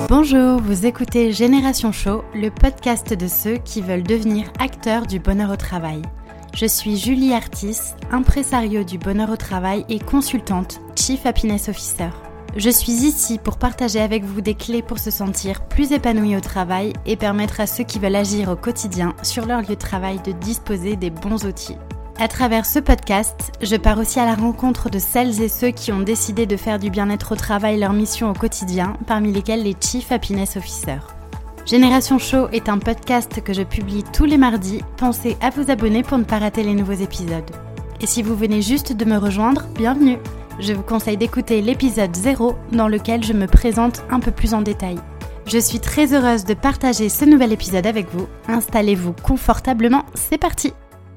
Bonjour, vous écoutez Génération Show, le podcast de ceux qui veulent devenir acteurs du bonheur au travail. Je suis Julie Artis, impresario du bonheur au travail et consultante Chief Happiness Officer. Je suis ici pour partager avec vous des clés pour se sentir plus épanoui au travail et permettre à ceux qui veulent agir au quotidien sur leur lieu de travail de disposer des bons outils. À travers ce podcast, je pars aussi à la rencontre de celles et ceux qui ont décidé de faire du bien-être au travail leur mission au quotidien, parmi lesquels les Chief Happiness Officers. Génération Show est un podcast que je publie tous les mardis. Pensez à vous abonner pour ne pas rater les nouveaux épisodes. Et si vous venez juste de me rejoindre, bienvenue! Je vous conseille d'écouter l'épisode 0 dans lequel je me présente un peu plus en détail. Je suis très heureuse de partager ce nouvel épisode avec vous. Installez-vous confortablement, c'est parti!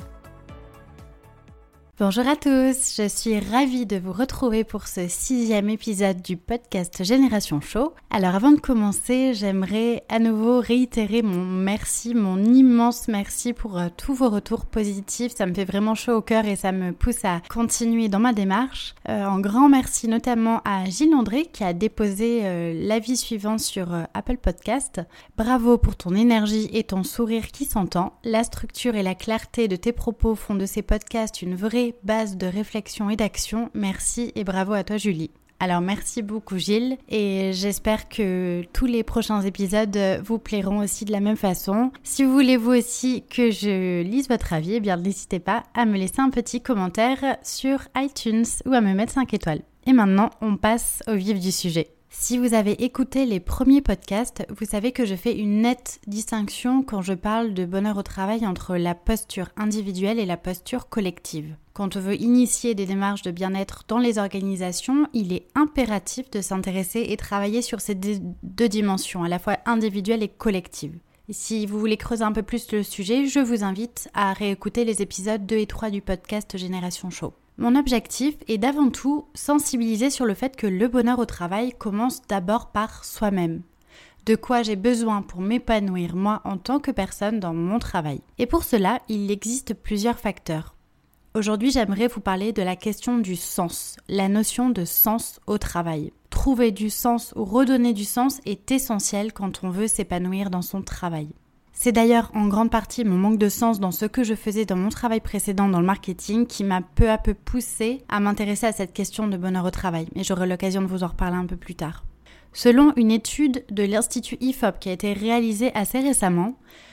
Bonjour à tous, je suis ravie de vous retrouver pour ce 6e épisode du podcast Génération Show. Alors avant de commencer, j'aimerais à nouveau réitérer mon immense merci pour tous vos retours positifs. Ça me fait vraiment chaud au cœur et ça me pousse à continuer dans ma démarche. Un grand merci notamment à Gilles André qui a déposé l'avis suivant sur Apple Podcast. Bravo pour ton énergie et ton sourire qui s'entend. La structure et la clarté de tes propos font de ces podcasts une vraie base de réflexion et d'action. Merci et bravo à toi Julie. Alors merci beaucoup Gilles et j'espère que tous les prochains épisodes vous plairont aussi de la même façon. Si vous voulez vous aussi que je lise votre avis, eh bien n'hésitez pas à me laisser un petit commentaire sur iTunes ou à me mettre 5 étoiles. Et maintenant on passe au vif du sujet. Si vous avez écouté les premiers podcasts, vous savez que je fais une nette distinction quand je parle de bonheur au travail entre la posture individuelle et la posture collective. Quand on veut initier des démarches de bien-être dans les organisations, il est impératif de s'intéresser et travailler sur ces deux dimensions, à la fois individuelle et collective. Et si vous voulez creuser un peu plus le sujet, je vous invite à réécouter les épisodes 2 et 3 du podcast Génération Show. Mon objectif est d'avant tout sensibiliser sur le fait que le bonheur au travail commence d'abord par soi-même. De quoi j'ai besoin pour m'épanouir moi en tant que personne dans mon travail. Et pour cela, il existe plusieurs facteurs. Aujourd'hui, j'aimerais vous parler de la question du sens, la notion de sens au travail. Trouver du sens ou redonner du sens est essentiel quand on veut s'épanouir dans son travail. C'est d'ailleurs en grande partie mon manque de sens dans ce que je faisais dans mon travail précédent dans le marketing qui m'a peu à peu poussé à m'intéresser à cette question de bonheur au travail. Et j'aurai l'occasion de vous en reparler un peu plus tard. Selon une étude de l'Institut IFOP qui a été réalisée assez récemment,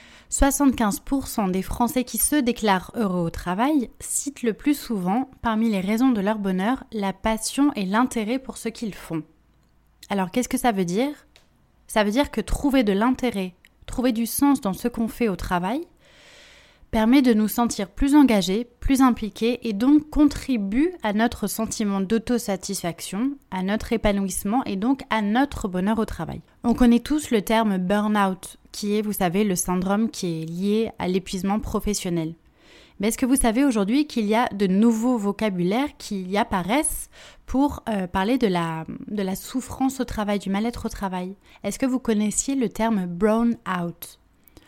75% des Français qui se déclarent heureux au travail citent le plus souvent, parmi les raisons de leur bonheur, la passion et l'intérêt pour ce qu'ils font. Alors qu'est-ce que ça veut dire ? Ça veut dire que trouver de l'intérêt, trouver du sens dans ce qu'on fait au travail permet de nous sentir plus engagés, plus impliqués et donc contribue à notre sentiment d'autosatisfaction, à notre épanouissement et donc à notre bonheur au travail. On connaît tous le terme burn-out qui est, vous savez, le syndrome qui est lié à l'épuisement professionnel. Mais est-ce que vous savez aujourd'hui qu'il y a de nouveaux vocabulaires qui y apparaissent pour parler de la souffrance au travail, du mal-être au travail ? Est-ce que vous connaissiez le terme burn-out ?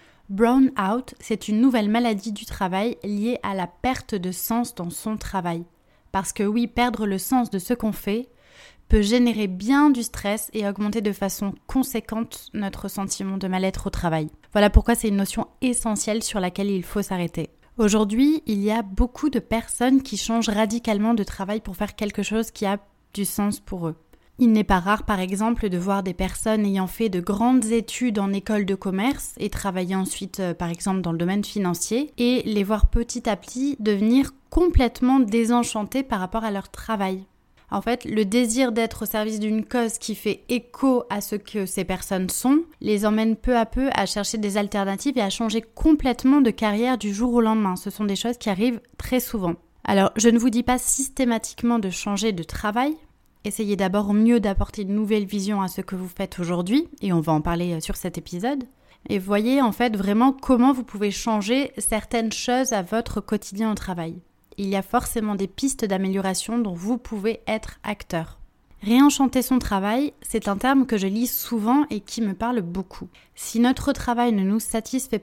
Burn-out, c'est une nouvelle maladie du travail liée à la perte de sens dans son travail. Parce que oui, perdre le sens de ce qu'on fait peut générer bien du stress et augmenter de façon conséquente notre sentiment de mal-être au travail. Voilà pourquoi c'est une notion essentielle sur laquelle il faut s'arrêter. Aujourd'hui, il y a beaucoup de personnes qui changent radicalement de travail pour faire quelque chose qui a du sens pour eux. Il n'est pas rare, par exemple, de voir des personnes ayant fait de grandes études en école de commerce et travailler ensuite, par exemple, dans le domaine financier et les voir petit à petit devenir complètement désenchantées par rapport à leur travail. En fait, le désir d'être au service d'une cause qui fait écho à ce que ces personnes sont les emmène peu à peu à chercher des alternatives et à changer complètement de carrière du jour au lendemain. Ce sont des choses qui arrivent très souvent. Alors, je ne vous dis pas systématiquement de changer de travail. Essayez d'abord au mieux d'apporter une nouvelle vision à ce que vous faites aujourd'hui, et on va en parler sur cet épisode. Et voyez en fait vraiment comment vous pouvez changer certaines choses à votre quotidien au travail. Il y a forcément des pistes d'amélioration dont vous pouvez être acteur. Réenchanter son travail, c'est un terme que je lis souvent et qui me parle beaucoup. Si notre travail ne nous satisfait pas,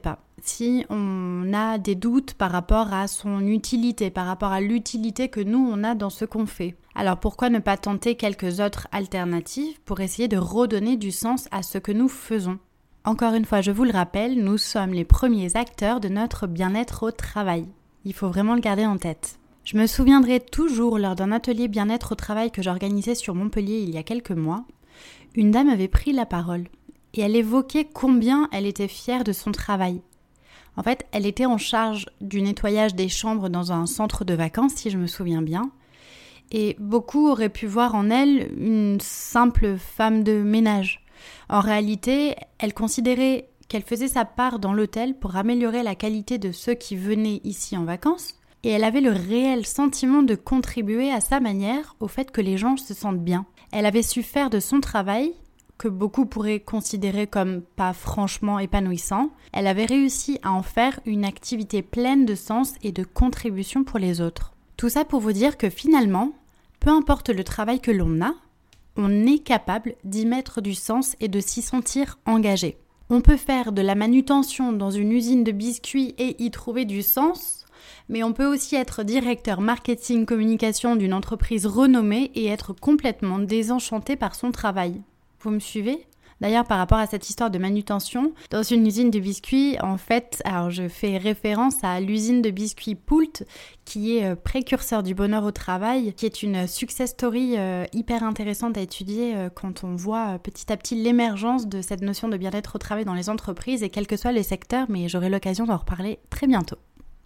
si on a des doutes par rapport à son utilité, par rapport à l'utilité que nous, on a dans ce qu'on fait. Alors pourquoi ne pas tenter quelques autres alternatives pour essayer de redonner du sens à ce que nous faisons ? Encore une fois, je vous le rappelle, nous sommes les premiers acteurs de notre bien-être au travail. Il faut vraiment le garder en tête. Je me souviendrai toujours lors d'un atelier bien-être au travail que j'organisais sur Montpellier il y a quelques mois, une dame avait pris la parole et elle évoquait combien elle était fière de son travail. En fait, elle était en charge du nettoyage des chambres dans un centre de vacances, si je me souviens bien, et beaucoup auraient pu voir en elle une simple femme de ménage. En réalité, elle considérait qu'elle faisait sa part dans l'hôtel pour améliorer la qualité de ceux qui venaient ici en vacances, et elle avait le réel sentiment de contribuer à sa manière au fait que les gens se sentent bien. Elle avait su faire de son travail, que beaucoup pourraient considérer comme pas franchement épanouissant, elle avait réussi à en faire une activité pleine de sens et de contribution pour les autres. Tout ça pour vous dire que finalement, peu importe le travail que l'on a, on est capable d'y mettre du sens et de s'y sentir engagé. On peut faire de la manutention dans une usine de biscuits et y trouver du sens, mais on peut aussi être directeur marketing communication d'une entreprise renommée et être complètement désenchanté par son travail. Vous me suivez ? D'ailleurs, par rapport à cette histoire de manutention, dans une usine de biscuits, en fait, alors je fais référence à l'usine de biscuits Poult, qui est précurseur du bonheur au travail, qui est une success story hyper intéressante à étudier quand on voit petit à petit l'émergence de cette notion de bien-être au travail dans les entreprises et quels que soient les secteurs, mais j'aurai l'occasion d'en reparler très bientôt.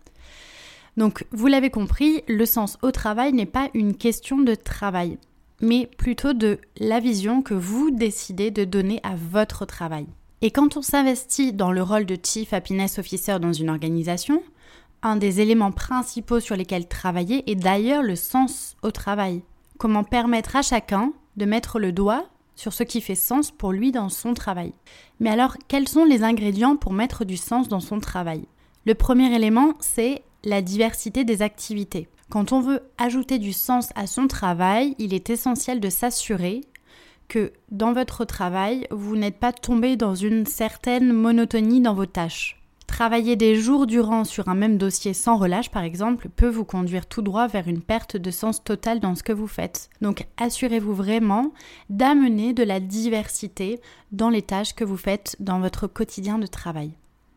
Donc, vous l'avez compris, le sens au travail n'est pas une question de travail, mais plutôt de la vision que vous décidez de donner à votre travail. Et quand on s'investit dans le rôle de Chief Happiness Officer dans une organisation, un des éléments principaux sur lesquels travailler est d'ailleurs le sens au travail. Comment permettre à chacun de mettre le doigt sur ce qui fait sens pour lui dans son travail. Mais alors, quels sont les ingrédients pour mettre du sens dans son travail ? Le premier élément, c'est la diversité des activités. Quand on veut ajouter du sens à son travail, il est essentiel de s'assurer que dans votre travail, vous n'êtes pas tombé dans une certaine monotonie dans vos tâches. Travailler des jours durant sur un même dossier sans relâche, par exemple, peut vous conduire tout droit vers une perte de sens totale dans ce que vous faites. Donc, assurez-vous vraiment d'amener de la diversité dans les tâches que vous faites dans votre quotidien de travail.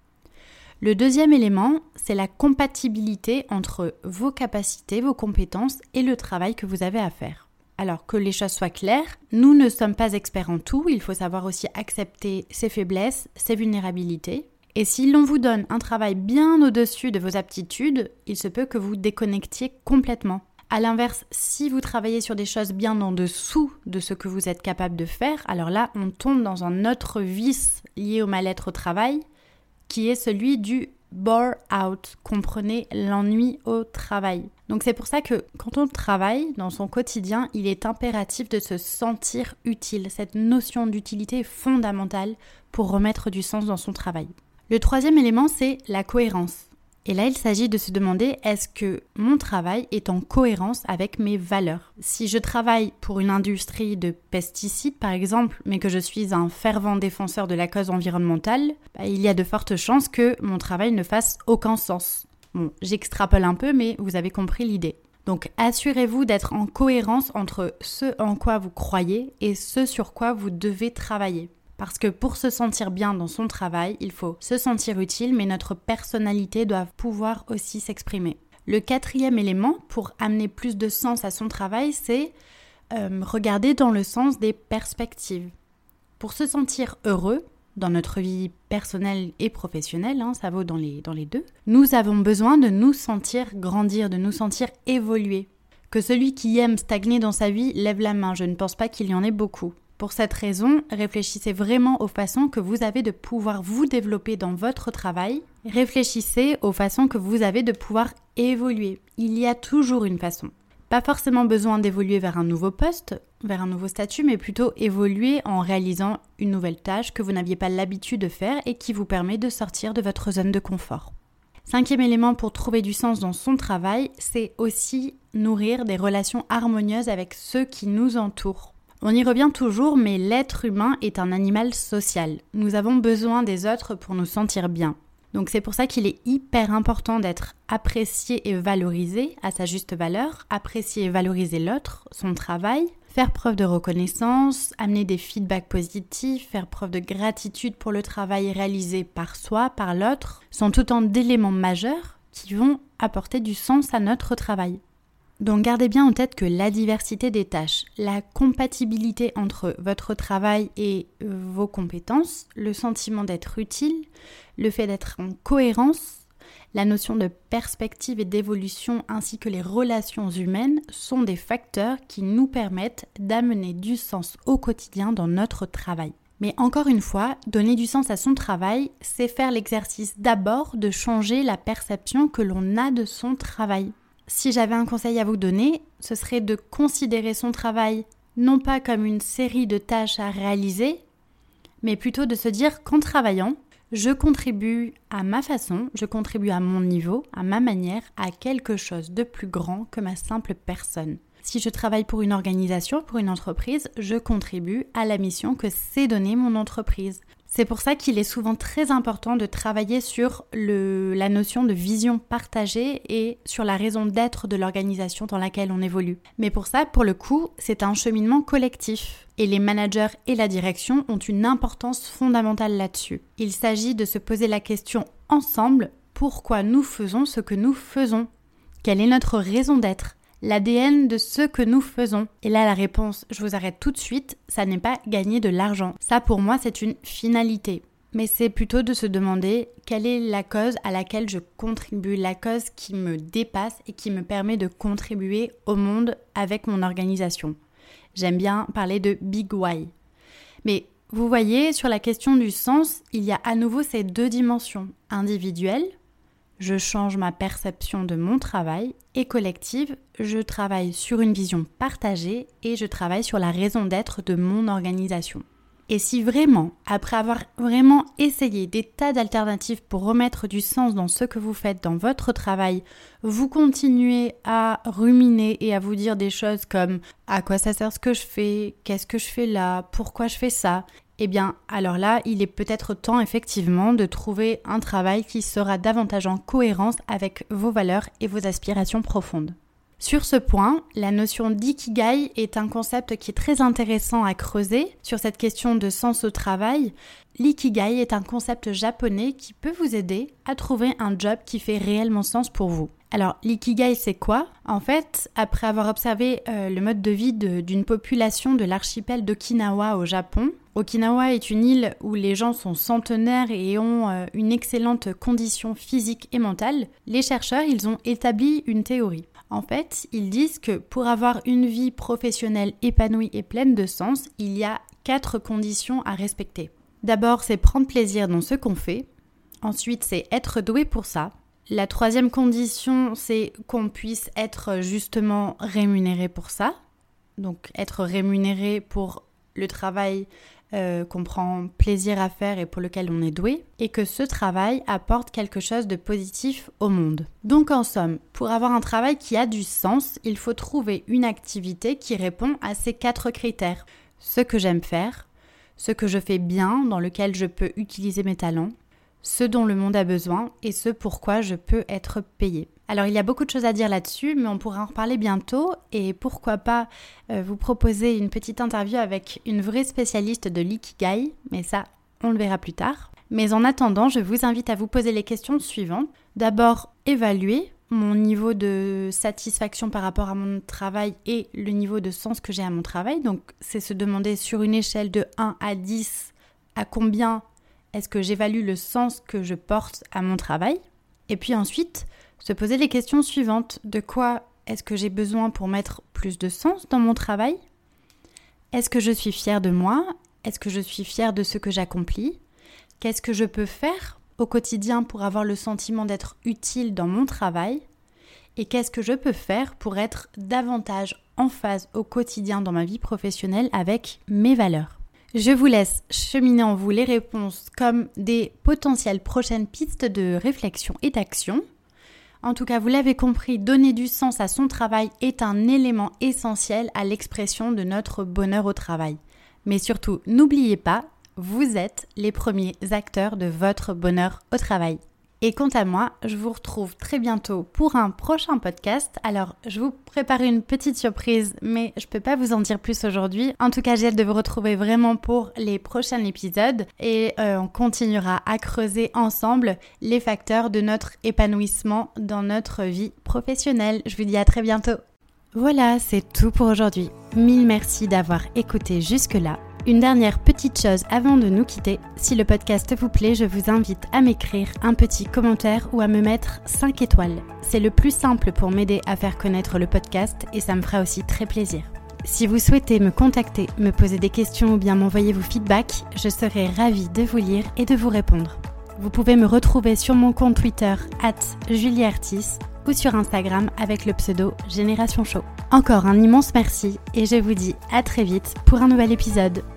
Le deuxième élément, c'est la compatibilité entre vos capacités, vos compétences et le travail que vous avez à faire. Alors que les choses soient claires, nous ne sommes pas experts en tout, il faut savoir aussi accepter ses faiblesses, ses vulnérabilités. Et si l'on vous donne un travail bien au-dessus de vos aptitudes, il se peut que vous déconnectiez complètement. A l'inverse, si vous travaillez sur des choses bien en dessous de ce que vous êtes capable de faire, alors là, on tombe dans un autre vice lié au mal-être au travail, qui est celui du bore-out, comprenez l'ennui au travail. Donc c'est pour ça que quand on travaille dans son quotidien, il est impératif de se sentir utile. Cette notion d'utilité est fondamentale pour remettre du sens dans son travail. Le troisième élément, c'est la cohérence. Et là, il s'agit de se demander, est-ce que mon travail est en cohérence avec mes valeurs ? Si je travaille pour une industrie de pesticides, par exemple, mais que je suis un fervent défenseur de la cause environnementale, il y a de fortes chances que mon travail ne fasse aucun sens. Bon, j'extrapole un peu, mais vous avez compris l'idée. Donc, assurez-vous d'être en cohérence entre ce en quoi vous croyez et ce sur quoi vous devez travailler. Parce que pour se sentir bien dans son travail, il faut se sentir utile, mais notre personnalité doit pouvoir aussi s'exprimer. Le quatrième élément pour amener plus de sens à son travail, c'est regarder dans le sens des perspectives. Pour se sentir heureux dans notre vie personnelle et professionnelle, ça vaut dans les deux, nous avons besoin de nous sentir grandir, de nous sentir évoluer. Que celui qui aime stagner dans sa vie lève la main, je ne pense pas qu'il y en ait beaucoup. Pour cette raison, réfléchissez vraiment aux façons que vous avez de pouvoir vous développer dans votre travail. Réfléchissez aux façons que vous avez de pouvoir évoluer. Il y a toujours une façon. Pas forcément besoin d'évoluer vers un nouveau poste, vers un nouveau statut, mais plutôt évoluer en réalisant une nouvelle tâche que vous n'aviez pas l'habitude de faire et qui vous permet de sortir de votre zone de confort. Cinquième élément pour trouver du sens dans son travail, c'est aussi nourrir des relations harmonieuses avec ceux qui nous entourent. On y revient toujours, mais l'être humain est un animal social. Nous avons besoin des autres pour nous sentir bien. Donc c'est pour ça qu'il est hyper important d'être apprécié et valorisé à sa juste valeur, apprécier et valoriser l'autre, son travail, faire preuve de reconnaissance, amener des feedbacks positifs, faire preuve de gratitude pour le travail réalisé par soi, par l'autre, sont autant d'éléments majeurs qui vont apporter du sens à notre travail. Donc gardez bien en tête que la diversité des tâches, la compatibilité entre votre travail et vos compétences, le sentiment d'être utile, le fait d'être en cohérence, la notion de perspective et d'évolution ainsi que les relations humaines sont des facteurs qui nous permettent d'amener du sens au quotidien dans notre travail. Mais encore une fois, donner du sens à son travail, c'est faire l'exercice d'abord de changer la perception que l'on a de son travail. Si j'avais un conseil à vous donner, ce serait de considérer son travail non pas comme une série de tâches à réaliser, mais plutôt de se dire qu'en travaillant, je contribue à ma façon, je contribue à mon niveau, à ma manière, à quelque chose de plus grand que ma simple personne. Si je travaille pour une organisation, pour une entreprise, je contribue à la mission que s'est donnée mon entreprise. C'est pour ça qu'il est souvent très important de travailler sur la notion de vision partagée et sur la raison d'être de l'organisation dans laquelle on évolue. Mais pour ça, pour le coup, c'est un cheminement collectif. Et les managers et la direction ont une importance fondamentale là-dessus. Il s'agit de se poser la question ensemble, pourquoi nous faisons ce que nous faisons ? Quelle est notre raison d'être ? L'ADN de ce que nous faisons. Et là, la réponse, je vous arrête tout de suite, ça n'est pas gagner de l'argent. Ça, pour moi, c'est une finalité. Mais c'est plutôt de se demander quelle est la cause à laquelle je contribue, la cause qui me dépasse et qui me permet de contribuer au monde avec mon organisation. J'aime bien parler de Big Why. Mais vous voyez, sur la question du sens, il y a à nouveau ces deux dimensions. Individuelle, je change ma perception de mon travail, et collective, je travaille sur une vision partagée et je travaille sur la raison d'être de mon organisation. Et si vraiment, après avoir vraiment essayé des tas d'alternatives pour remettre du sens dans ce que vous faites dans votre travail, vous continuez à ruminer et à vous dire des choses comme « à quoi ça sert ce que je fais ? Qu'est-ce que je fais là ? Pourquoi je fais ça ?» Eh bien, alors là, il est peut-être temps effectivement de trouver un travail qui sera davantage en cohérence avec vos valeurs et vos aspirations profondes. Sur ce point, la notion d'ikigai est un concept qui est très intéressant à creuser sur cette question de sens au travail. L'ikigai est un concept japonais qui peut vous aider à trouver un job qui fait réellement sens pour vous. Alors, l'ikigai, c'est quoi ? En fait, après avoir observé le mode de vie d'une population de l'archipel d'Okinawa au Japon, Okinawa est une île où les gens sont centenaires et ont une excellente condition physique et mentale. Les chercheurs, ils ont établi une théorie. En fait, ils disent que pour avoir une vie professionnelle épanouie et pleine de sens, il y a 4 conditions à respecter. D'abord, c'est prendre plaisir dans ce qu'on fait. Ensuite, c'est être doué pour ça. La 3e condition, c'est qu'on puisse être justement rémunéré pour ça. Donc, être rémunéré pour le travail qu'on prend plaisir à faire et pour lequel on est doué, et que ce travail apporte quelque chose de positif au monde. Donc en somme, pour avoir un travail qui a du sens, il faut trouver une activité qui répond à ces 4 critères. Ce que j'aime faire, ce que je fais bien, dans lequel je peux utiliser mes talents, ce dont le monde a besoin et ce pourquoi je peux être payé. Alors il y a beaucoup de choses à dire là-dessus, mais on pourra en reparler bientôt et pourquoi pas vous proposer une petite interview avec une vraie spécialiste de l'ikigai, mais ça on le verra plus tard. Mais en attendant, je vous invite à vous poser les questions suivantes. D'abord, évaluer mon niveau de satisfaction par rapport à mon travail et le niveau de sens que j'ai à mon travail. Donc c'est se demander sur une échelle de 1 à 10 à combien est-ce que j'évalue le sens que je porte à mon travail ? Et puis ensuite, se poser les questions suivantes. De quoi est-ce que j'ai besoin pour mettre plus de sens dans mon travail ? Est-ce que je suis fière de moi ? Est-ce que je suis fière de ce que j'accomplis ? Qu'est-ce que je peux faire au quotidien pour avoir le sentiment d'être utile dans mon travail ? Et qu'est-ce que je peux faire pour être davantage en phase au quotidien dans ma vie professionnelle avec mes valeurs ? Je vous laisse cheminer en vous les réponses comme des potentielles prochaines pistes de réflexion et d'action. En tout cas, vous l'avez compris, donner du sens à son travail est un élément essentiel à l'expression de notre bonheur au travail. Mais surtout, n'oubliez pas, vous êtes les premiers acteurs de votre bonheur au travail. Et quant à moi, je vous retrouve très bientôt pour un prochain podcast. Alors, je vous prépare une petite surprise, mais je peux pas vous en dire plus aujourd'hui. En tout cas, j'ai hâte de vous retrouver vraiment pour les prochains épisodes et on continuera à creuser ensemble les facteurs de notre épanouissement dans notre vie professionnelle. Je vous dis à très bientôt. Voilà, c'est tout pour aujourd'hui. Mille merci d'avoir écouté jusque-là. Une dernière petite chose avant de nous quitter, si le podcast vous plaît, je vous invite à m'écrire un petit commentaire ou à me mettre 5 étoiles. C'est le plus simple pour m'aider à faire connaître le podcast et ça me fera aussi très plaisir. Si vous souhaitez me contacter, me poser des questions ou bien m'envoyer vos feedbacks, je serai ravie de vous lire et de vous répondre. Vous pouvez me retrouver sur mon compte Twitter @julieartis ou sur Instagram avec le pseudo Génération Show. Encore un immense merci et je vous dis à très vite pour un nouvel épisode.